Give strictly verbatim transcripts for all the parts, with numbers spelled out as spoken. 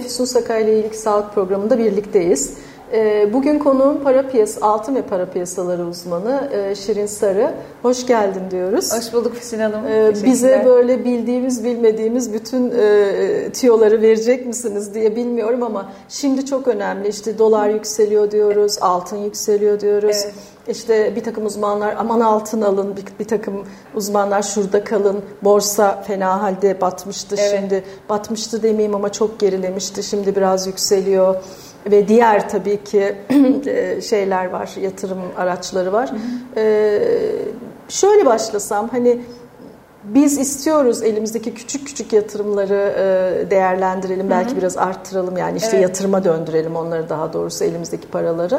Füsun Sakay ile İyilik Sağlık programında birlikteyiz. Bugün konuğum para piyas altın ve para piyasaları uzmanı Şirin Sarı. Hoş geldin diyoruz. Hoş bulduk Füsun Hanım. Bize böyle bildiğimiz bilmediğimiz bütün tüyoları verecek misiniz diye bilmiyorum ama şimdi çok önemli. İşte dolar yükseliyor diyoruz, altın yükseliyor diyoruz. Evet. İşte bir takım uzmanlar aman altın alın, bir, bir takım uzmanlar şurada kalın, borsa fena halde batmıştı, evet. Şimdi batmıştı demeyeyim ama çok gerilemişti, şimdi biraz yükseliyor. Ve diğer tabii ki şeyler var, yatırım araçları var. Hı hı. Ee, şöyle başlasam, hani biz istiyoruz elimizdeki küçük küçük yatırımları değerlendirelim, belki hı hı. biraz arttıralım, yani işte evet. yatırıma döndürelim onları, daha doğrusu elimizdeki paraları.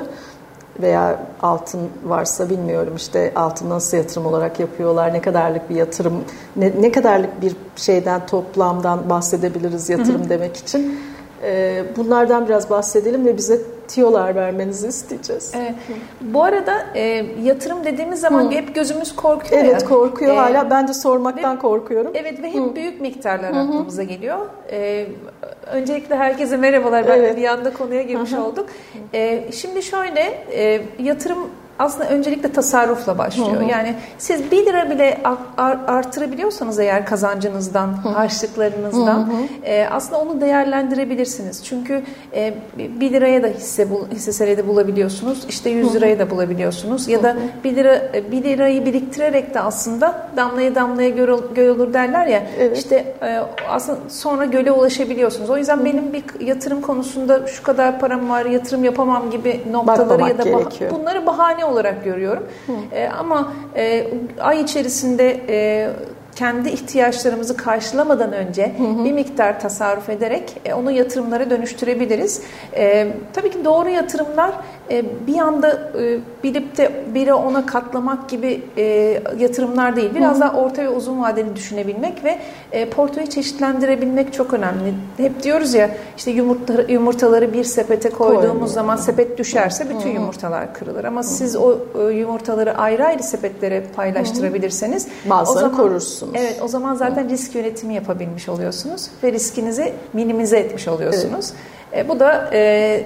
Veya altın varsa bilmiyorum, işte altın nasıl yatırım olarak yapıyorlar, ne kadarlık bir yatırım, ne, ne kadarlık bir şeyden, toplamdan bahsedebiliriz yatırım hı hı. demek için. Bunlardan biraz bahsedelim ve bize tiyolar vermenizi isteyeceğiz. Evet. Bu arada e, yatırım dediğimiz zaman Hı. hep gözümüz korkuyor. Evet ya. korkuyor e, hala. Ben de sormaktan ve, korkuyorum. Evet ve hep Hı. büyük miktarlar Hı. aklımıza geliyor. E, öncelikle herkese merhabalar. Ben evet. bir anda konuya girmiş Hı. olduk. E, şimdi şöyle e, yatırım aslında öncelikle tasarrufla başlıyor. Hı hı. Yani siz bir lira bile artırabiliyorsanız eğer kazancınızdan, hı. harçlıklarınızdan hı hı. E, aslında onu değerlendirebilirsiniz. Çünkü e, bir liraya da hisse hisse senedi bulabiliyorsunuz. İşte yüz liraya da bulabiliyorsunuz. Ya da bir lira bir lirayı biriktirerek de aslında damlaya damlaya göl, göl olur derler ya. Evet. İşte e, aslında sonra göle ulaşabiliyorsunuz. O yüzden hı hı. benim bir yatırım konusunda şu kadar param var, yatırım yapamam gibi noktaları Bakmamak ya da bah- bunları bahane olarak görüyorum. E, ama e, ay içerisinde e, kendi ihtiyaçlarımızı karşılamadan önce hı hı. bir miktar tasarruf ederek e, onu yatırımlara dönüştürebiliriz. E, tabii ki doğru yatırımlar e, bir anda e, bilip de biri ona katlamak gibi e, yatırımlar değil. Biraz hı hı. daha orta ve uzun vadeli düşünebilmek ve e, portföyü çeşitlendirebilmek çok önemli. Hep diyoruz ya, işte yumurta, yumurtaları bir sepete koyduğumuz Koymuyor. zaman sepet düşerse bütün hı hı. yumurtalar kırılır. Ama hı hı. siz o e, yumurtaları ayrı ayrı sepetlere paylaştırabilirseniz bazıları o zaman korursun. Evet, o zaman zaten Hı. risk yönetimi yapabilmiş oluyorsunuz ve riskinizi minimize etmiş oluyorsunuz. Evet. E, bu da e,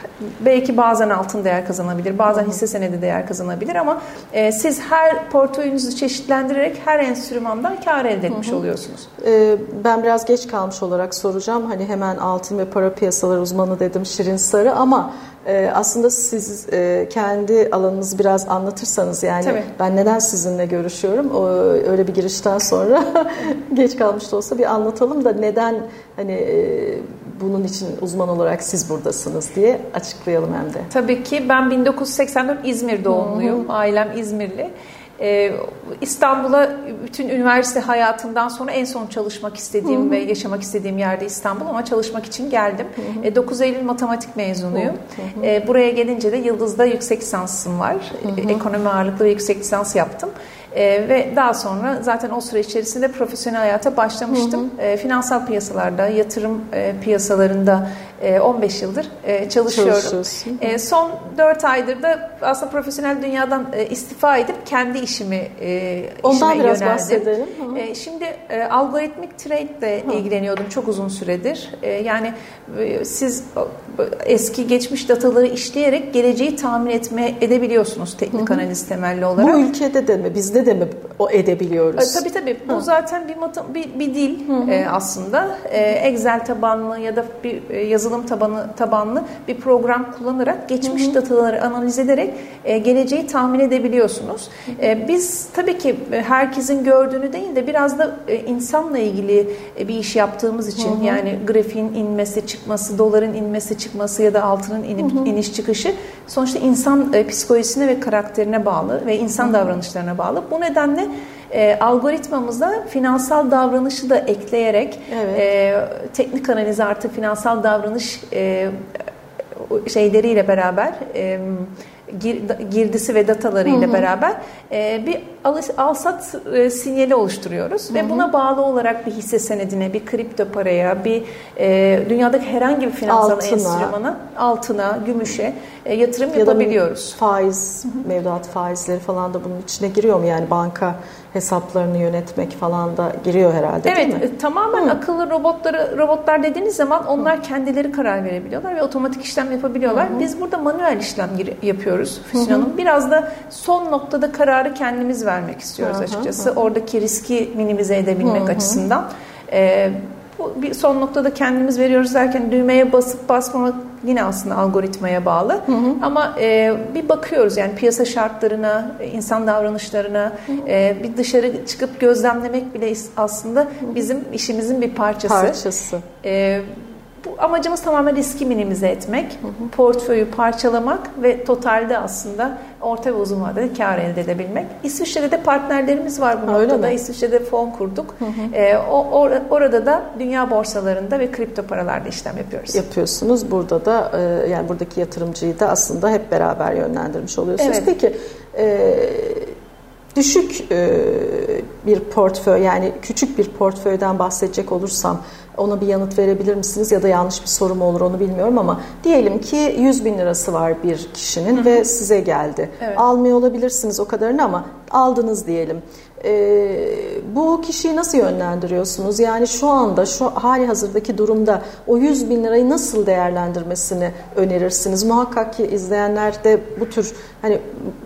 belki bazen altın değer kazanabilir, bazen Hı. hisse senedi değer kazanabilir ama e, siz her portföyünüzü çeşitlendirerek her enstrümandan kar elde etmiş Hı. oluyorsunuz. E, ben biraz geç kalmış olarak soracağım. Hani hemen altın ve para piyasaları uzmanı dedim Şirin Sarı ama e, aslında siz e, kendi alanınızı biraz anlatırsanız, yani Tabii. ben neden sizinle görüşüyorum, o, öyle bir girişten sonra geç kalmış da olsa bir anlatalım da neden hani e, bunun için uzman olarak siz buradasınız diye açıklayalım hem de. Tabii ki ben bin dokuz yüz seksen dört İzmir doğumluyum. Hı hı. Ailem İzmirli. Ee, İstanbul'a bütün üniversite hayatından sonra en son çalışmak istediğim hı hı. ve yaşamak istediğim yerde İstanbul, ama çalışmak için geldim. Hı hı. E, dokuz Eylül matematik mezunuyum. Hı hı. E, buraya gelince de Yıldız'da yüksek lisansım var. Hı hı. E, ekonomi ağırlıklı bir yüksek lisans yaptım. E, ve daha sonra zaten o süre içerisinde profesyonel hayata başlamıştım. Hı hı. E, finansal piyasalarda, yatırım e, piyasalarında e, on beş yıldır e, çalışıyorum. E, son dört aydır da aslında profesyonel dünyadan e, istifa edip kendi işimi e, Ondan işime biraz yöneldim. bahsedelim. E, şimdi e, algoritmik trade ile ilgileniyordum çok uzun süredir. E, yani e, siz eski geçmiş dataları işleyerek geleceği tahmin etme edebiliyorsunuz teknik hı hı. analiz temelli olarak. Bu ülkede de mi, bizde de mi o edebiliyoruz? E, tabii tabii. Hı. Bu zaten bir, bir, bir dil hı hı. E, aslında. E, Excel tabanlı ya da bir e, yazılım tabanı tabanlı bir program kullanarak geçmiş hı hı. dataları analiz ederek e, geleceği tahmin edebiliyorsunuz. Hı hı. E, biz tabii ki herkesin gördüğünü değil de biraz da e, insanla ilgili e, bir iş yaptığımız için, hı hı. yani grafiğin inmesi çıkması, doların inmesi çıkması ya da altının inip, hı hı. iniş çıkışı sonuçta insan e, psikolojisine ve karakterine bağlı ve insan hı hı. davranışlarına bağlı. Bu nedenle E, algoritmamıza finansal davranışı da ekleyerek evet. e, teknik analiz artı finansal davranış e, şeyleriyle beraber e, gir, girdisi ve datalarıyla hı hı. beraber e, bir al-sat e, sinyali oluşturuyoruz. Hı hı. Ve buna bağlı olarak bir hisse senedine, bir kripto paraya, bir e, dünyadaki herhangi bir finansal altına, enstrümana, altına, gümüşe e, yatırım ya yapabiliyoruz. Faiz, mevduat faizleri falan da bunun içine giriyor mu? Yani banka hesaplarını yönetmek falan da giriyor herhalde, evet, değil mi? Evet, tamamen Hı. akıllı robotları robotlar dediğiniz zaman onlar Hı. kendileri karar verebiliyorlar ve otomatik işlem yapabiliyorlar. Hı hı. Biz burada manuel işlem yapıyoruz Füsun Hanım. Biraz da son noktada kararı kendimiz vermek istiyoruz hı hı. açıkçası. Hı hı. Oradaki riski minimize edebilmek hı hı. açısından. Ee, bu bir son noktada kendimiz veriyoruz derken düğmeye basıp basmamak yine aslında algoritmaya bağlı. Hı hı. Ama e, bir bakıyoruz yani piyasa şartlarına, insan davranışlarına, hı hı. E, bir dışarı çıkıp gözlemlemek bile aslında bizim işimizin bir parçası. Parçası. E, Bu amacımız tamamen riski minimize etmek, hı hı. portföyü parçalamak ve totalde aslında orta ve uzun vadede kar elde edebilmek. İsviçre'de de partnerlerimiz var bu Öyle noktada. mi? İsviçre'de fon kurduk. Hı hı. Ee, o, or, orada da dünya borsalarında ve kripto paralarda işlem yapıyoruz. Yapıyorsunuz. Burada da e, yani buradaki yatırımcıyı da aslında hep beraber yönlendirmiş oluyorsunuz. Evet. Peki e, düşük e, bir portföy yani küçük bir portföyden bahsedecek olursam ona bir yanıt verebilir misiniz ya da yanlış bir soru mu olur onu bilmiyorum ama diyelim ki yüz bin lirası var bir kişinin hı hı. ve size geldi. Evet. Almıyor olabilirsiniz o kadarını ama aldınız diyelim. Ee, bu kişiyi nasıl yönlendiriyorsunuz? Yani şu anda şu hali hazırdaki durumda o yüz bin lirayı nasıl değerlendirmesini önerirsiniz? Muhakkak ki izleyenlerde bu tür hani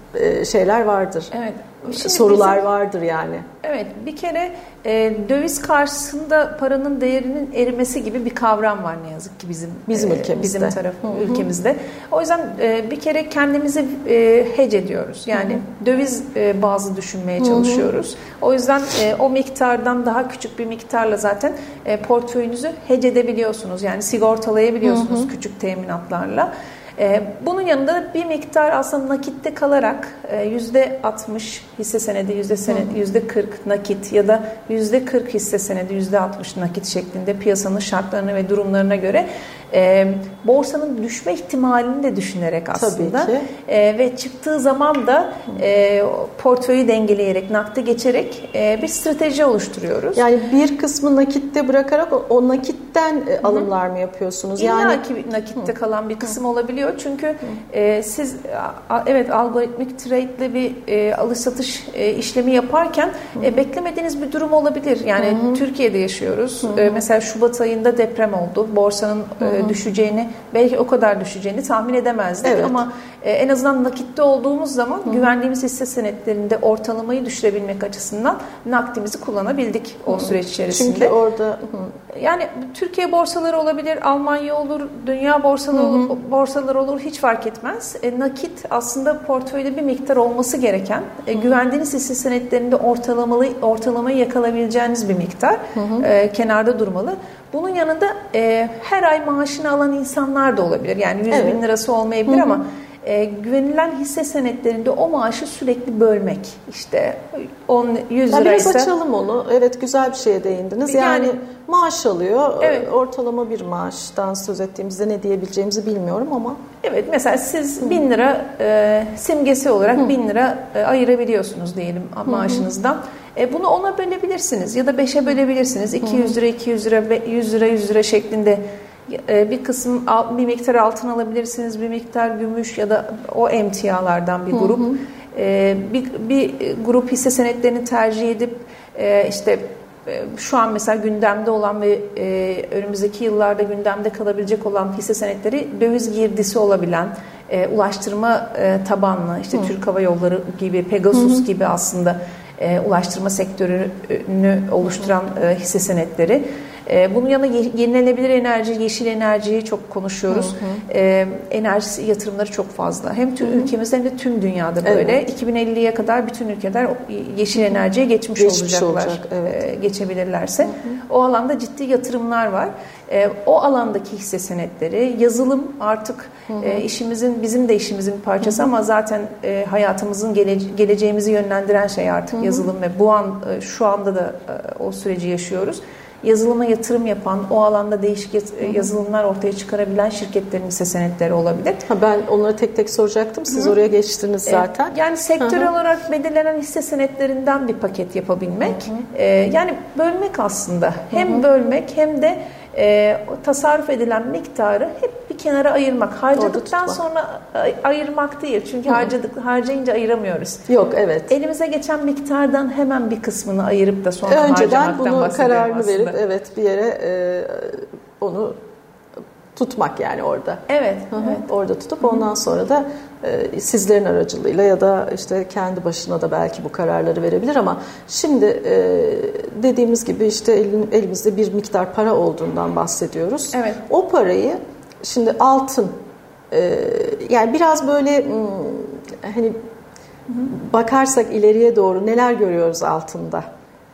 şeyler vardır. Evet. Şimdi sorular bizim, vardır yani. Evet, bir kere e, döviz karşısında paranın değerinin erimesi gibi bir kavram var ne yazık ki bizim bizim e, ülkemizde. Bizim taraf hı hı. ülkemizde. O yüzden e, bir kere kendimizi e, hedge ediyoruz. Yani hı hı. döviz e, bazlı düşünmeye çalışıyoruz. Hı hı. O yüzden e, o miktardan daha küçük bir miktarla zaten e, portföyünüzü hedge edebiliyorsunuz. Yani sigortalayabiliyorsunuz hı hı. küçük teminatlarla. Bunun yanında bir miktar aslında nakitte kalarak yüzde altmış hisse senedi, yüzde kırk nakit ya da yüzde kırk hisse senedi, yüzde altmış nakit şeklinde piyasanın şartlarına ve durumlarına göre e, borsanın düşme ihtimalini de düşünerek aslında e, ve çıktığı zaman da e, portföyü dengeleyerek, nakde geçerek e, bir strateji oluşturuyoruz. Yani bir kısmı nakitte bırakarak o, o nakitten e, alımlar mı yapıyorsunuz? İlla yani ki nakitte Hı. kalan bir kısım Hı. olabiliyor. Çünkü e, siz a, evet algoritmik trade'le bir e, alış satış e, işlemi yaparken e, beklemediğiniz bir durum olabilir. Yani Hı. Türkiye'de yaşıyoruz. E, mesela Şubat ayında deprem oldu. Borsanın e, düşeceğini, belki o kadar düşeceğini tahmin edemezdik evet. ama e, en azından nakitte olduğumuz zaman Hı. güvendiğimiz hisse senetlerinde ortalamayı düşürebilmek açısından nakdimizi kullanabildik o Hı. süreç içerisinde. Çünkü orada Hı. yani Türkiye borsaları olabilir, Almanya olur, dünya borsaları olur, borsaları olur hiç fark etmez. E, nakit aslında portföyde bir miktar olması gereken, e, güvendiğiniz hisse senetlerinde ortalamalı ortalamayı yakalayabileceğiniz bir miktar e, kenarda durmalı. Bunun yanında e, her ay maaşını alan insanlar da olabilir. Yani yüz evet. bin lirası olmayabilir Hı-hı. ama e, güvenilen hisse senetlerinde o maaşı sürekli bölmek. İşte on yüz liraysa. Biraz açalım onu. Evet, güzel bir şeye değindiniz. Yani, yani maaş alıyor. Evet. Ortalama bir maaştan söz ettiğimizde ne diyebileceğimizi bilmiyorum ama. Evet, mesela siz Hı. bin lira e, simgesi olarak Hı. bin lira e, ayırabiliyorsunuz diyelim maaşınızdan. E, bunu ona bölebilirsiniz ya da beşe bölebilirsiniz. iki yüz lira, iki yüz lira, yüz lira, yüz lira şeklinde e, bir kısım bir miktar altın alabilirsiniz, bir miktar gümüş ya da o emtialardan bir grup. Hı hı. E, bir, bir grup hisse senetlerini tercih edip e, işte şu an mesela gündemde olan ve e, önümüzdeki yıllarda gündemde kalabilecek olan hisse senetleri döviz girdisi olabilen, e, ulaştırma e, tabanlı, işte Hı. Türk Hava Yolları gibi, Pegasus Hı. gibi aslında e, ulaştırma sektörünü oluşturan e, hisse senetleri. E, bunun yanında yenilenebilir enerji, yeşil enerjiyi çok konuşuyoruz. Hı hı. E, enerji yatırımları çok fazla. Hem tüm hı hı. ülkemizde hem de tüm dünyada böyle. Evet. iki bin elliye kadar bütün ülkeler yeşil enerjiye geçmiş, geçmiş olacaklar. Olacak, evet. e, geçebilirlerse. Hı hı. O alanda ciddi yatırımlar var. E, o alandaki hisse senetleri, yazılım artık hı hı. E, işimizin, bizim de işimizin bir parçası hı hı. ama zaten e, hayatımızın gele, geleceğimizi yönlendiren şey artık hı hı. yazılım ve bu an e, şu anda da e, o süreci yaşıyoruz. yazılıma yatırım yapan, o alanda değişik yazılımlar ortaya çıkarabilen şirketlerin hisse senetleri olabilir. Ha, ben onları tek tek soracaktım. Siz Hı. oraya geçtiniz zaten. E, yani sektör olarak belirlenen hisse senetlerinden bir paket yapabilmek. E, yani bölmek aslında. Hem Hı. bölmek hem de e, tasarruf edilen miktarı hep bir kenara ayırmak. Harcadıktan sonra ayırmak değil. Çünkü Hı. harcadık, harcayınca ayıramıyoruz. Yok, evet. Elimize geçen miktardan hemen bir kısmını ayırıp da sonra önceden harcamaktan bunu kararını aslında. verip evet bir yere e, onu tutmak yani orada. Evet, Hı-hı. evet. Orada tutup ondan sonra da e, sizlerin aracılığıyla ya da işte kendi başına da belki bu kararları verebilir ama şimdi e, dediğimiz gibi işte elin, elimizde bir miktar para olduğundan bahsediyoruz. Evet. O parayı şimdi altın e, yani biraz böyle hmm, hani Hı-hı. bakarsak ileriye doğru neler görüyoruz altında?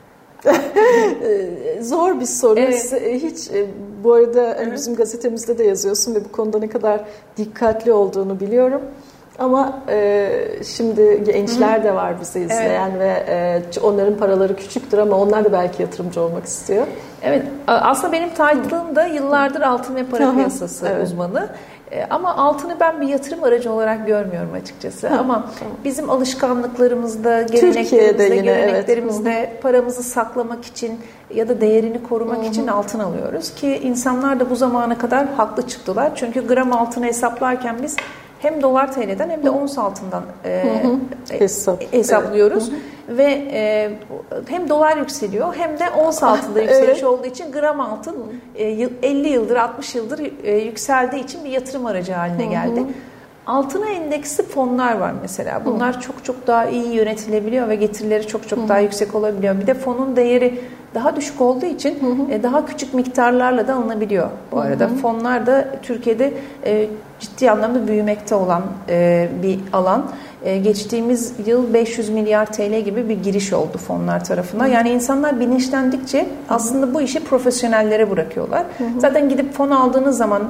Zor bir soru. Evet. Hiç bu arada evet. bizim gazetemizde de yazıyorsun ve bu konuda ne kadar dikkatli olduğunu biliyorum. Ama e, şimdi gençler de var bizi izleyen evet. ve e, onların paraları küçüktür ama onlar da belki yatırımcı olmak istiyor. Evet. Aslında benim title'ım da yıllardır altın ve para piyasası evet. uzmanı. Ama altını ben bir yatırım aracı olarak görmüyorum açıkçası. Ha, ama tamam. bizim alışkanlıklarımızda, geleneklerimizde, göreneklerimizde evet. paramızı saklamak için ya da değerini korumak Hı-hı. için altın alıyoruz. Ki insanlar da bu zamana kadar haklı çıktılar. Çünkü gram altını hesaplarken biz hem dolar T L'den hem de ons altından e, Hesap. hesaplıyoruz. Evet. Ve e, hem dolar yükseliyor hem de ons altında yükseliş evet. olduğu için gram altın e, elli yıldır altmış yıldır e, yükseldiği için bir yatırım aracı haline geldi. Hı hı. Altına endeksli fonlar var mesela. Bunlar hı. çok çok daha iyi yönetilebiliyor ve getirileri çok çok hı. daha yüksek olabiliyor. Bir de fonun değeri daha düşük olduğu için hı hı. daha küçük miktarlarla da alınabiliyor bu arada. Hı hı. Fonlar da Türkiye'de ciddi anlamda büyümekte olan bir alan. Geçtiğimiz yıl beş yüz milyar T L gibi bir giriş oldu fonlar tarafından. Hı hı. Yani insanlar bilinçlendikçe aslında bu işi profesyonellere bırakıyorlar. Hı hı. Zaten gidip fon aldığınız zaman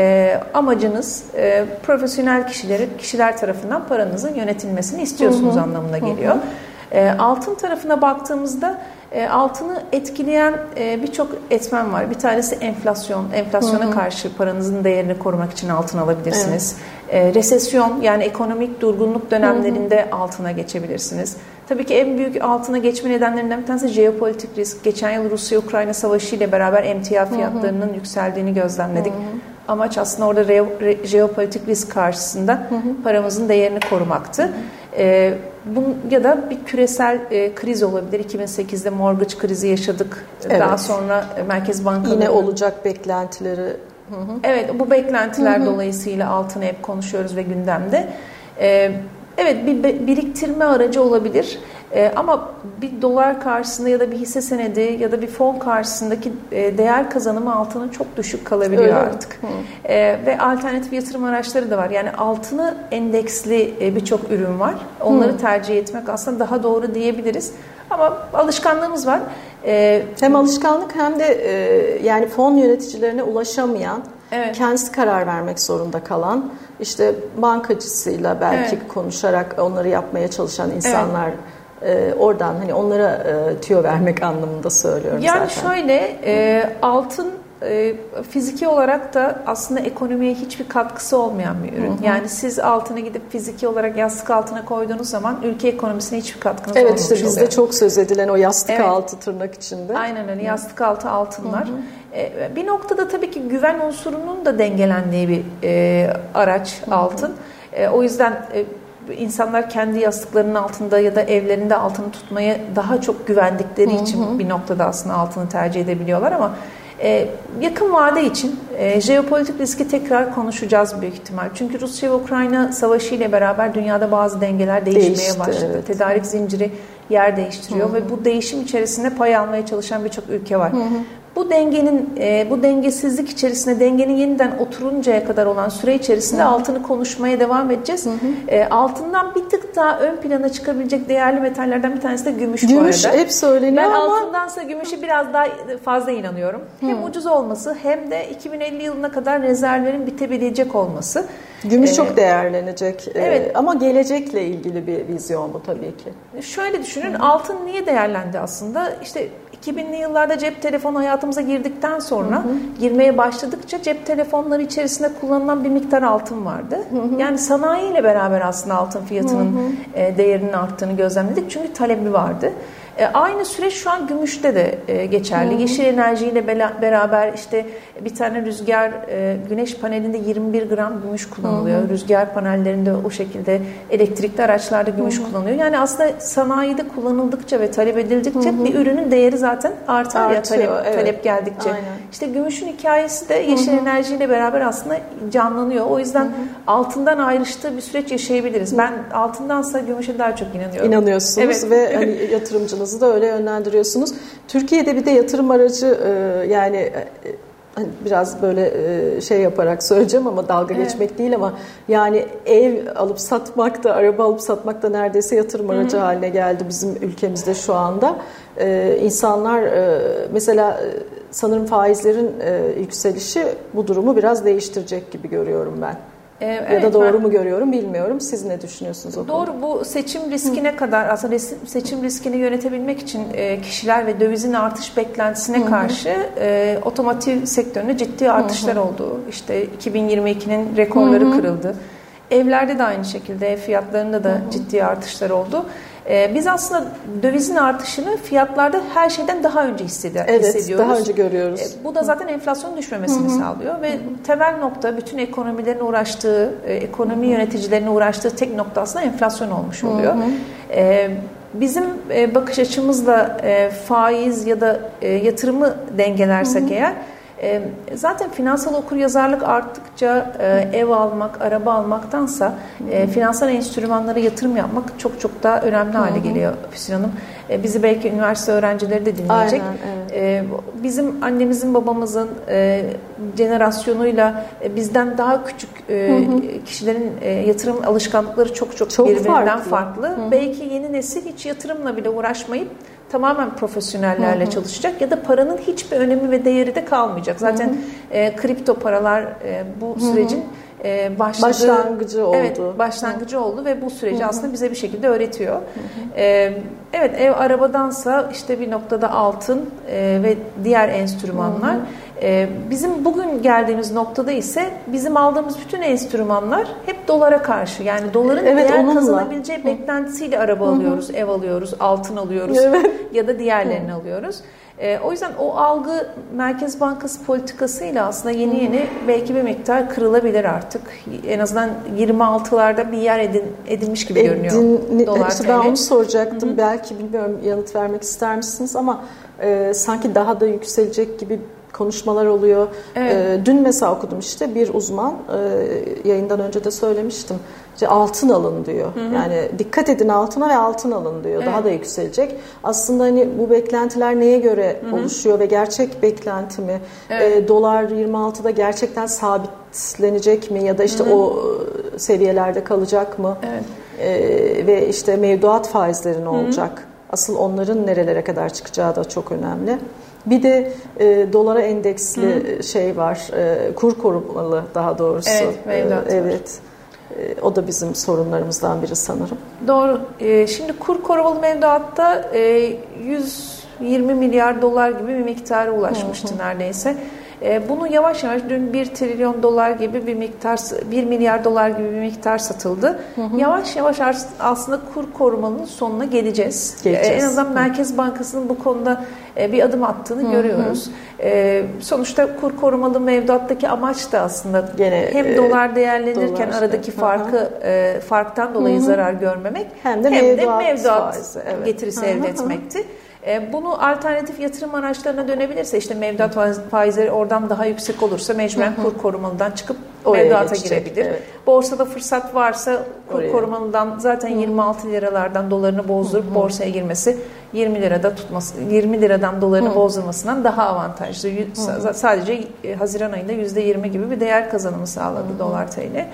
amacınız profesyonel kişileri, kişiler tarafından paranızın yönetilmesini istiyorsunuz hı hı. anlamına geliyor. Hı hı. Altın tarafına baktığımızda altını etkileyen birçok etmen var. Bir tanesi enflasyon. Enflasyona hı hı. karşı paranızın değerini korumak için altın alabilirsiniz. Evet. Resesyon yani ekonomik durgunluk dönemlerinde hı hı. altına geçebilirsiniz. Tabii ki en büyük altına geçme nedenlerinden bir tanesi jeopolitik risk. Geçen yıl Rusya-Ukrayna savaşı ile beraber emtia fiyatlarının hı hı. yükseldiğini gözlemledik. Hı hı. Amaç aslında orada re, re, jeopolitik risk karşısında hı hı. paramızın değerini korumaktı. Hı hı. Ee, bu, ya da bir küresel e, kriz olabilir. iki bin sekizde mortgage krizi yaşadık. Evet. Daha sonra Merkez Bankaları... Yine olacak beklentileri. Hı hı. Evet, bu beklentiler hı hı. dolayısıyla altını hep konuşuyoruz ve gündemde. Ee, evet, bir biriktirme aracı olabilir. Ee, ama bir dolar karşısında ya da bir hisse senedi ya da bir fon karşısındaki e, değer kazanımı altının çok düşük kalabiliyor Öyle artık. Ee, ve alternatif yatırım araçları da var. Yani altını endeksli e, birçok ürün var. Onları Hı. tercih etmek aslında daha doğru diyebiliriz. Ama alışkanlığımız var. Ee, hem alışkanlık hem de e, yani fon yöneticilerine ulaşamayan, evet. kendisi karar vermek zorunda kalan, işte bankacısıyla belki evet. konuşarak onları yapmaya çalışan insanlar. Evet. Ee, oradan hani onlara e, tüyo vermek anlamında söylüyorum yani zaten. Yani şöyle e, altın e, fiziki olarak da aslında ekonomiye hiçbir katkısı olmayan bir ürün. Hı hı. Yani siz altına gidip fiziki olarak yastık altına koyduğunuz zaman ülke ekonomisine hiçbir katkınız evet, olmamış oluyor. Evet işte bizde çok söz edilen o yastık evet. altı tırnak içinde. Aynen öyle yastık altı altınlar. Hı hı. E, bir noktada tabii ki güven unsurunun da dengelendiği bir e, araç hı hı. altın. E, o yüzden e, İnsanlar kendi yastıklarının altında ya da evlerinde altını tutmayı daha çok güvendikleri hı hı. için bir noktada aslında altını tercih edebiliyorlar ama e, yakın vade için e, jeopolitik riski tekrar konuşacağız büyük ihtimal. Çünkü Rusya ve Ukrayna savaşı ile beraber dünyada bazı dengeler değişmeye Değişti, başladı. Evet. Tedarik zinciri yer değiştiriyor hı hı. ve bu değişim içerisinde pay almaya çalışan birçok ülke var. Hı hı. Bu dengenin, e, bu dengesizlik içerisinde dengenin yeniden oturuncaya kadar olan süre içerisinde hı hı. altını konuşmaya devam edeceğiz. Hı hı. E, altından bir tık tık daha ön plana çıkabilecek değerli metallerden bir tanesi de gümüş, gümüş bu arada. hep söyleniyor ben ama. Ben altındansa gümüşe biraz daha fazla inanıyorum. Hem hmm. ucuz olması hem de iki bin elli yılına kadar rezervlerin bitebilecek olması. Gümüş ee, çok değerlenecek. Evet. Ee, ama gelecekle ilgili bir vizyon bu tabii ki. Şöyle düşünün, hı-hı, altın niye değerlendi aslında? İşte iki binli yıllarda cep telefonu hayatımıza girdikten sonra, hı hı, girmeye başladıkça cep telefonları içerisinde kullanılan bir miktar altın vardı. Hı hı. Yani sanayiyle beraber aslında altın fiyatının, hı hı, değerinin arttığını gözlemledik. Çünkü talebi vardı. E, aynı süreç şu an gümüşte de e, geçerli. Hı-hı. Yeşil enerjiyle bela, beraber işte bir tane rüzgar, e, güneş panelinde yirmi bir gram gümüş kullanılıyor. Hı-hı. Rüzgar panellerinde o şekilde, elektrikli araçlarda gümüş, hı-hı, kullanılıyor. Yani aslında sanayide kullanıldıkça ve talep edildikçe, hı-hı, bir ürünün değeri zaten artar. Artıyor, ya talep, evet, talep geldikçe. Aynen. İşte gümüşün hikayesi de yeşil, hı-hı, enerjiyle beraber aslında canlanıyor. O yüzden, hı-hı, altından ayrıştığı bir süreç yaşayabiliriz. Hı-hı. Ben altındansa gümüşe daha çok inanıyorum. İnanıyorsunuz, evet, ve hani yatırımcınız da öyle yönlendiriyorsunuz. Türkiye'de bir de yatırım aracı yani biraz böyle şey yaparak söyleyeceğim ama dalga, evet, geçmek değil ama yani ev alıp satmak da, araba alıp satmak da neredeyse yatırım aracı, hı-hı, haline geldi bizim ülkemizde şu anda. İnsanlar mesela sanırım faizlerin yükselişi bu durumu biraz değiştirecek gibi görüyorum ben. Evet, ya da doğru ben, mu görüyorum bilmiyorum. Siz ne düşünüyorsunuz o konuda? Doğru. Bu seçim riskine, hı, kadar aslında seçim riskini yönetebilmek için kişiler ve dövizin artış beklentisine, hı hı, karşı e, otomotiv sektöründe ciddi artışlar, hı hı, oldu. İşte iki bin yirmi ikinin rekorları, hı hı, kırıldı. Evlerde de aynı şekilde, ev fiyatlarında da, hı hı, ciddi artışlar oldu. Ee, biz aslında dövizin artışını fiyatlarda her şeyden daha önce hissediyor, evet, hissediyoruz. Daha önce görüyoruz. Ee, bu da zaten enflasyonun düşmemesini, hı hı, sağlıyor ve, hı hı, temel nokta bütün ekonomilerin uğraştığı, e, ekonomi, hı hı, yöneticilerinin uğraştığı tek nokta aslında enflasyon olmuş oluyor. Hı hı. Ee, bizim e, bakış açımızla e, faiz ya da e, yatırımı dengelersek, hı hı, eğer E, zaten finansal okuryazarlık arttıkça e, ev almak, araba almaktansa e, finansal enstrümanlara yatırım yapmak çok çok daha önemli, hı hı, hale geliyor Füsun Hanım. E, bizi belki üniversite öğrencileri de dinleyecek. Aynen, evet. e, bizim annemizin, babamızın e, jenerasyonuyla e, bizden daha küçük e, hı hı, kişilerin e, yatırım alışkanlıkları çok çok, çok birbirinden farklı. farklı. Hı hı. Belki yeni nesil hiç yatırımla bile uğraşmayıp tamamen profesyonellerle, hı hı, çalışacak ya da paranın hiçbir önemi ve değeri de kalmayacak. Zaten, hı hı, e, kripto paralar e, bu sürecin, hı hı, e, başladığı, başlangıcı oldu. Evet, başlangıcı, hı, oldu ve bu süreci, hı hı, aslında bize bir şekilde öğretiyor. Hı hı. E, evet, ev arabadansa işte bir noktada altın e, ve diğer enstrümanlar. Hı hı. E, bizim bugün geldiğimiz noktada ise bizim aldığımız bütün enstrümanlar hep dolara karşı. Yani doların, evet, değer onunla kazanabileceği, hı, beklentisiyle araba, hı hı, alıyoruz, ev alıyoruz, altın alıyoruz, evet, ya da diğerlerini, hı, alıyoruz. E, o yüzden o algı Merkez Bankası politikasıyla aslında yeni yeni belki bir miktar kırılabilir artık. En azından yirmi altılarda bir yer edin, edinmiş gibi görünüyor. Edin, dolar işte ben onu soracaktım. Hı-hı. Belki bilmiyorum yanıt vermek ister misiniz ama e, sanki daha da yükselecek gibi konuşmalar oluyor. Evet. E, dün mesela okudum işte bir uzman e, yayından önce de söylemiştim. İşte altın alın diyor. Hı hı. Yani dikkat edin altına ve altın alın diyor. Evet. Daha da yükselecek. Aslında hani bu beklentiler neye göre, hı hı, oluşuyor ve gerçek beklenti mi? Evet. E, dolar yirmi altıda gerçekten sabitlenecek mi ya da işte, hı hı, o seviyelerde kalacak mı? Evet. E, ve işte mevduat faizleri ne olacak? Hı hı. Asıl onların nerelere kadar çıkacağı da çok önemli. Bir de e, dolara endeksli, hı, şey var, e, kur korumalı daha doğrusu. Evet, mevduat, e, evet. E, o da bizim sorunlarımızdan biri sanırım. Doğru. E, şimdi kur korumalı mevduatta e, yüz yirmi milyar dolar gibi bir miktara ulaşmıştı, hı hı, neredeyse. E, bunu yavaş yavaş dün bir trilyon dolar gibi bir miktar, bir milyar dolar gibi bir miktar satıldı. Hı hı. Yavaş yavaş aslında kur korumalının sonuna geleceğiz. geleceğiz. E, en azından, hı, Merkez Bankası'nın bu konuda e, bir adım attığını, hı, görüyoruz. E, sonuçta kur korumalı mevduattaki amaç da aslında gene hem e, dolar değerlenirken dolar, aradaki, hı hı, farkı e, farktan dolayı, hı hı, zarar görmemek hem de hem mevduat, de mevduat faizi, evet, getirisi, hı hı, elde etmekti. Bunu alternatif yatırım araçlarına dönebilirse, işte mevduat faizleri oradan daha yüksek olursa mecburen, hı hı, kur korumalıdan çıkıp oraya mevduata geçecek, girebilir. Evet. Borsada fırsat varsa kur oraya, korumalıdan zaten, hı, yirmi altı liralardan dolarını bozdurup, hı hı, borsaya girmesi yirmi lirada tutması, yirmi liradan dolarını, hı, bozdurmasından daha avantajlı. Hı hı. Sadece Haziran ayında yüzde yirmi gibi bir değer kazanımı sağladı, hı hı, dolar T L.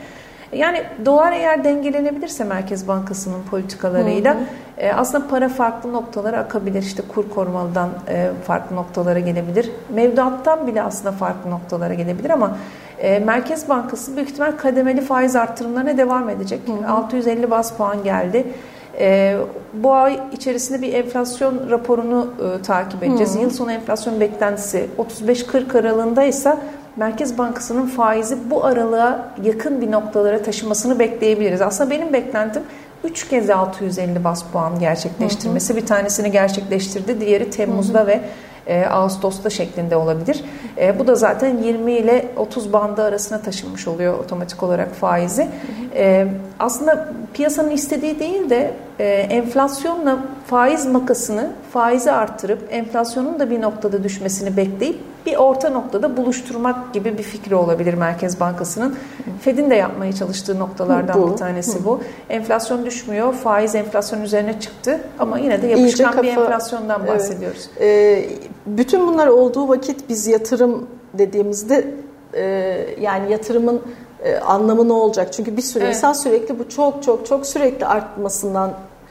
Yani dolar eğer dengelenebilirse Merkez Bankası'nın politikalarıyla hı hı. E, aslında para farklı noktalara akabilir. İşte kur korumalıdan e, farklı noktalara gelebilir. Mevduattan bile aslında farklı noktalara gelebilir ama e, Merkez Bankası büyük ihtimal kademeli faiz artırımlarına devam edecek. Hı hı. altı yüz elli baz puan geldi. E, bu ay içerisinde bir enflasyon raporunu e, takip edeceğiz. Hı hı. Yıl sonu enflasyon beklentisi otuz beş kırk aralığındaysa Merkez Bankası'nın faizi bu aralığa yakın bir noktalara taşımasını bekleyebiliriz. Aslında benim beklentim üç kez altı yüz elli baz puan gerçekleştirmesi. Hı hı. Bir tanesini gerçekleştirdi, diğeri Temmuz'da hı hı. ve e, Ağustos'ta şeklinde olabilir. E, bu da zaten yirmi ile otuz bandı arasına taşınmış oluyor otomatik olarak faizi. Hı hı. E, aslında piyasanın istediği değil de e, enflasyonla faiz makasını faizi arttırıp enflasyonun da bir noktada düşmesini bekleyip bir orta noktada buluşturmak gibi bir fikri olabilir Merkez Bankası'nın. Fed'in de yapmaya çalıştığı noktalardan bu. bir tanesi Hı. bu. Enflasyon düşmüyor, faiz enflasyon üzerine çıktı ama yine de yapışkan kafa, bir enflasyondan bahsediyoruz. Evet. Ee, bütün bunlar olduğu vakit biz yatırım dediğimizde e, yani yatırımın e, anlamı ne olacak? Çünkü bir sürü evet. insan sürekli bu çok çok çok sürekli artmasından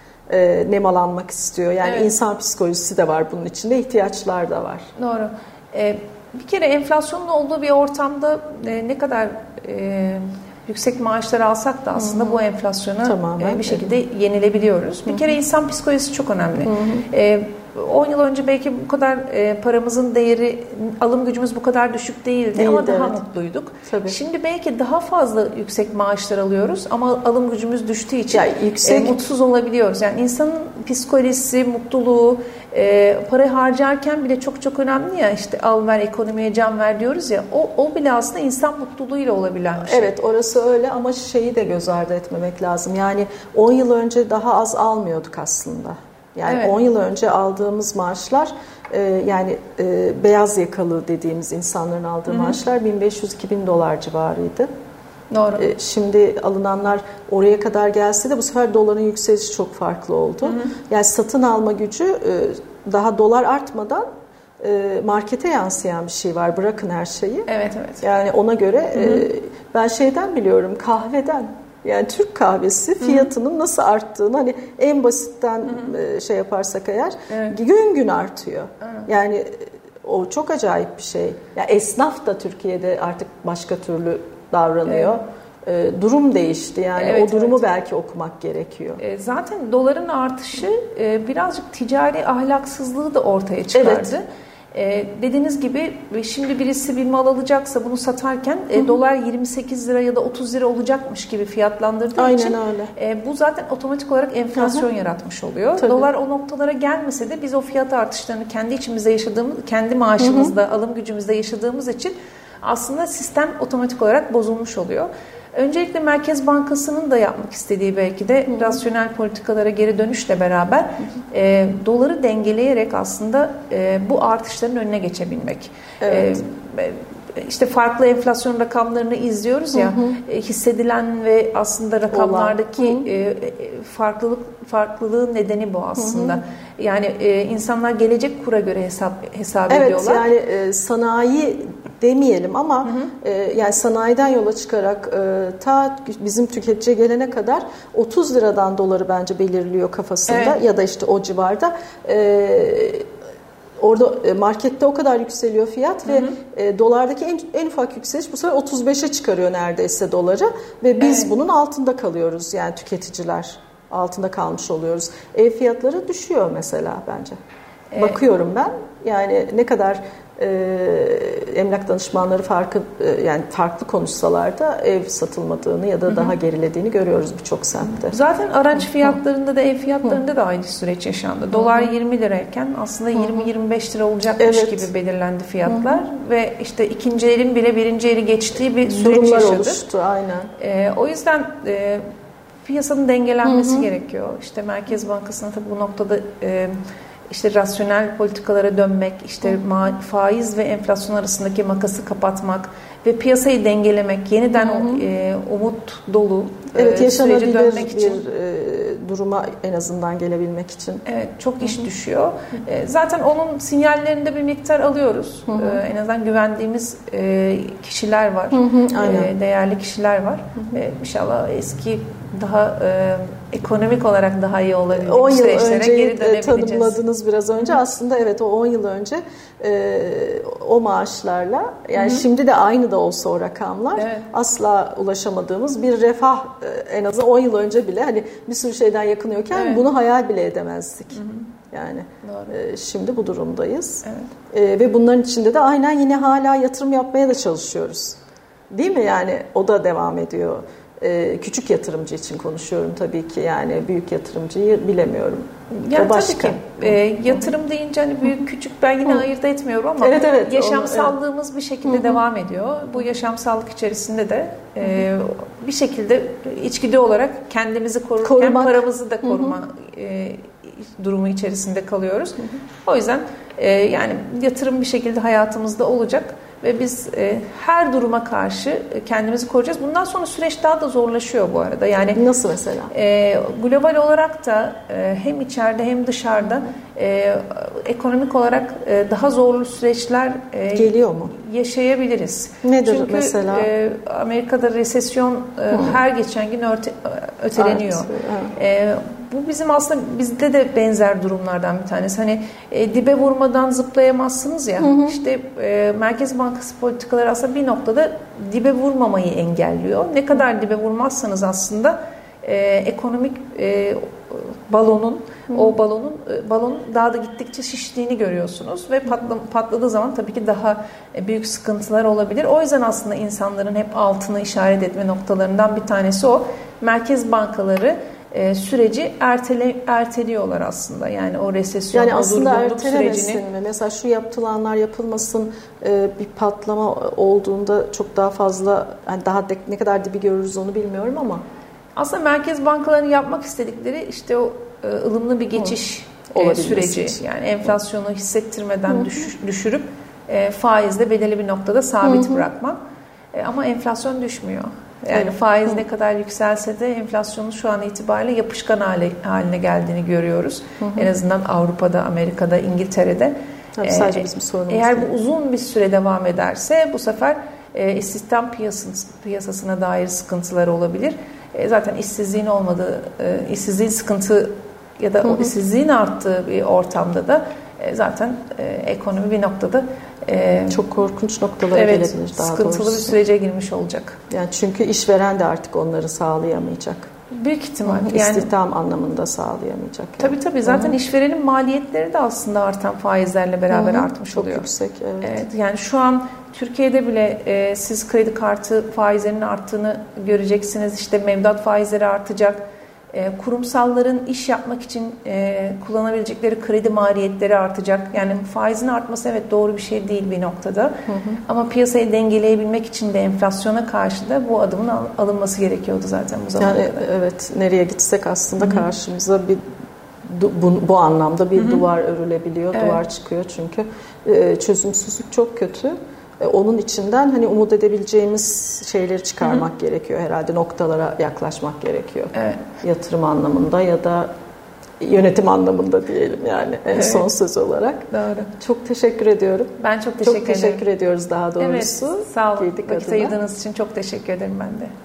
e, nemalanmak istiyor. Yani evet. insan psikolojisi de var bunun içinde, ihtiyaçlar da var. Doğru. Ee, bir kere enflasyonun olduğu bir ortamda e, ne kadar e, yüksek maaşlar alsak da aslında Hı-hı. bu enflasyona Tamamen, e, bir şekilde evet. yenilebiliyoruz. Hı-hı. Bir kere insan psikolojisi çok önemli. E, on yıl önce belki bu kadar e, paramızın değeri, alım gücümüz bu kadar düşük değildi, değildi ama daha evet. mutluyduk. Tabii. Şimdi belki daha fazla yüksek maaşlar alıyoruz ama alım gücümüz düştüğü için yani yüksek... e, mutsuz olabiliyoruz. Yani insanın psikolojisi, mutluluğu, e, para harcarken bile çok çok önemli ya, işte al ver, ekonomiye can ver diyoruz ya, o, o bile aslında insan mutluluğuyla olabilen bir şey. Evet, orası öyle ama şeyi de göz ardı etmemek lazım. Yani on yıl önce daha az almıyorduk aslında. Yani evet. on yıl önce aldığımız maaşlar e, yani e, beyaz yakalı dediğimiz insanların aldığı Hı-hı. maaşlar bin beş yüz iki bin dolar civarıydı. Doğru. E, şimdi alınanlar oraya kadar gelse de bu sefer doların yükselişi çok farklı oldu. Hı-hı. Yani satın alma gücü e, daha dolar artmadan e, markete yansıyan bir şey var. Bırakın her şeyi. Evet evet. Yani ona göre e, ben şeyden biliyorum, kahveden. Yani Türk kahvesi fiyatının Hı-hı. nasıl arttığını, hani en basitten Hı-hı. şey yaparsak eğer evet. gün gün artıyor. Evet. Yani o çok acayip bir şey. Ya esnaf da Türkiye'de artık başka türlü davranıyor. Evet. E, durum değişti. Yani evet, o durumu evet. belki okumak gerekiyor. E, zaten doların artışı e, birazcık ticari ahlaksızlığı da ortaya çıkardı. Evet. Ee, dediğiniz gibi şimdi birisi bir mal alacaksa bunu satarken e, dolar yirmi sekiz lira ya da otuz lira olacakmış gibi fiyatlandırdığı Aynen için öyle. E, bu zaten otomatik olarak enflasyon Hı-hı. yaratmış oluyor. Tabii. Dolar o noktalara gelmese de biz o fiyat artışlarını kendi içimizde yaşadığımız, kendi maaşımızda, Hı-hı. alım gücümüzde yaşadığımız için aslında sistem otomatik olarak bozulmuş oluyor. Öncelikle Merkez Bankası'nın da yapmak istediği belki de Hı-hı. rasyonel politikalara geri dönüşle beraber e, doları dengeleyerek aslında e, bu artışların önüne geçebilmek. Evet. E, işte farklı enflasyon rakamlarını izliyoruz ya, hı hı. E, hissedilen ve aslında rakamlardaki e, farklılık farklılığın nedeni bu aslında. Hı hı. Yani e, insanlar gelecek kura göre hesap hesap evet, ediyorlar. Evet, yani e, sanayi demeyelim ama hı hı. E, yani sanayiden yola çıkarak e, ta bizim tüketiciye gelene kadar otuz liradan doları bence belirliyor kafasında, evet. ya da işte o civarda. E, Orada markette o kadar yükseliyor fiyat, hı hı. ve e, dolardaki en, en ufak yükseliş bu sefer otuz beşe çıkarıyor neredeyse doları ve biz evet. bunun altında kalıyoruz, yani tüketiciler altında kalmış oluyoruz. Ev fiyatları düşüyor mesela bence. Evet. Bakıyorum ben, yani ne kadar e, emlak danışmanları farkı e, yani farklı konuşsalar da ev satılmadığını ya da Hı-hı. daha gerilediğini görüyoruz birçok semtte. Zaten araç fiyatlarında da ev fiyatlarında Hı-hı. da aynı süreç yaşandı. Dolar Hı-hı. yirmi lirayken aslında yirmi yirmi beş lira olacakmış evet. gibi belirlendi fiyatlar. Hı-hı. Ve işte ikinci elin bile birinci eli geçtiği bir süreç Durumlar yaşadı. oluştu aynen. E, o yüzden e, piyasanın dengelenmesi Hı-hı. gerekiyor. İşte Merkez Bankası'nın tabii bu noktada e, İşte rasyonel politikalara dönmek, işte ma- faiz ve enflasyon arasındaki makası kapatmak, ve piyasayı dengelemek, yeniden o, e, umut dolu evet, e, süreci dönmek bir, için e, duruma en azından gelebilmek için. Evet, çok iş Hı-hı. düşüyor. E, zaten onun sinyallerinde bir miktar alıyoruz. E, en azından güvendiğimiz e, kişiler var. E, değerli kişiler var. E, İnşallah eski daha e, ekonomik olarak daha iyi olabilecek on yıl süreçlere önce geri dönebileceğiz. Tanımladınız biraz önce. Hı-hı. Aslında evet, o on yıl önce e, o maaşlarla, yani Hı-hı. şimdi de aynı da olsa o rakamlar, evet. asla ulaşamadığımız bir refah, e, en azından on yıl önce bile hani bir sürü şeyden yakınıyorken evet. bunu hayal bile edemezdik. Hı-hı. Yani e, şimdi bu durumdayız. Evet. E, ve bunların içinde de aynen yine hala yatırım yapmaya da çalışıyoruz. Değil mi? Yani o da devam ediyor. Küçük yatırımcı için konuşuyorum tabii ki, yani büyük yatırımcıyı bilemiyorum. Yani tabii ki e, yatırım deyince hani büyük küçük ben yine Hı. ayırt etmiyorum ama evet, evet, yaşamsallığımız onu, evet. bir şekilde Hı. devam ediyor. Bu yaşamsallık içerisinde de e, bir şekilde içgüdü olarak kendimizi korurken Korumak. paramızı da koruma e, durumu içerisinde kalıyoruz. Hı hı. O yüzden e, yani yatırım bir şekilde hayatımızda olacak ve biz e, her duruma karşı kendimizi koruyacağız. Bundan sonra süreç daha da zorlaşıyor bu arada. Yani nasıl mesela? E, global olarak da e, hem içeride hem dışarıda e, ekonomik olarak e, daha zorlu süreçler e, geliyor mu? Yaşayabiliriz. Nedir Çünkü, mesela? E, Amerika'da resesyon e, her geçen gün örte, öteleniyor. Evet. E, Bu bizim aslında bizde de benzer durumlardan bir tanesi. Hani e, dibe vurmadan zıplayamazsınız ya. Hı hı. İşte e, Merkez Bankası politikaları aslında bir noktada dibe vurmamayı engelliyor. Ne kadar dibe vurmazsanız aslında e, ekonomik e, balonun hı. o balonun e, balonun daha da gittikçe şiştiğini görüyorsunuz ve patla, patladığı zaman tabii ki daha e, büyük sıkıntılar olabilir. O yüzden aslında insanların hep altını işaret etme noktalarından bir tanesi o. Merkez bankaları E, süreci ertele, erteliyorlar aslında. Yani o resesyon, yani o aslında durgunluk sürecini. Mi? Mesela şu yapılanlar yapılmasın, e, bir patlama olduğunda çok daha fazla, yani daha de, ne kadar dibi görürüz onu bilmiyorum ama. Aslında merkez bankalarının yapmak istedikleri işte o e, ılımlı bir geçiş e, süreci. Için. Yani enflasyonu hissettirmeden düş, düşürüp e, faizde belirli bir noktada sabit Hı-hı. bırakmak. E, ama enflasyon düşmüyor. Yani evet. faiz Hı. ne kadar yükselse de enflasyonun şu an itibariyle yapışkan hale, haline geldiğini görüyoruz. Hı hı. En azından Avrupa'da, Amerika'da, İngiltere'de. Tabii, sadece ee, bizim sorunumuz eğer değil. bu uzun bir süre devam ederse bu sefer e, istihdam piyasası, piyasasına dair sıkıntılar olabilir. E, zaten işsizliğin olmadığı, e, işsizliğin sıkıntı ya da hı hı. o işsizliğin arttığı bir ortamda da e, zaten e, ekonomi bir noktada Ee, çok korkunç noktalara evet, gelebilir daha sıkıntılı doğrusu. bir sürece girmiş olacak. Yani çünkü işveren de artık onları sağlayamayacak. Büyük ihtimal. Hı-hı. Yani istihdam anlamında sağlayamayacak. Yani. Tabii tabii. Zaten Hı-hı. işverenin maliyetleri de aslında artan faizlerle beraber Hı-hı. artmış çok oluyor. Çok yüksek. Evet. Evet. Yani şu an Türkiye'de bile e, siz kredi kartı faizlerinin arttığını göreceksiniz. İşte mevduat faizleri artacak. E, kurumsalların iş yapmak için e, kullanabilecekleri kredi maliyetleri artacak. Yani faizin artması evet doğru bir şey değil bir noktada. Hı hı. Ama piyasayı dengeleyebilmek için de enflasyona karşı da bu adımın al- alınması gerekiyordu zaten bu zamana yani, kadar. Evet, nereye gitsek aslında hı hı. karşımıza bir bu, bu anlamda bir hı hı. duvar örülebiliyor, evet. duvar çıkıyor çünkü e, çözümsüzlük çok kötü. Onun içinden hani umut edebileceğimiz şeyleri çıkarmak Hı-hı. gerekiyor herhalde, noktalara yaklaşmak gerekiyor. Evet. Yatırım anlamında ya da yönetim anlamında diyelim yani en evet. son söz olarak. Doğru. Çok teşekkür ediyorum. Ben çok teşekkür ederim. Çok teşekkür ediyoruz daha doğrusu. Evet, sağ olun. Vakit ayırdığınız için çok teşekkür ederim ben de.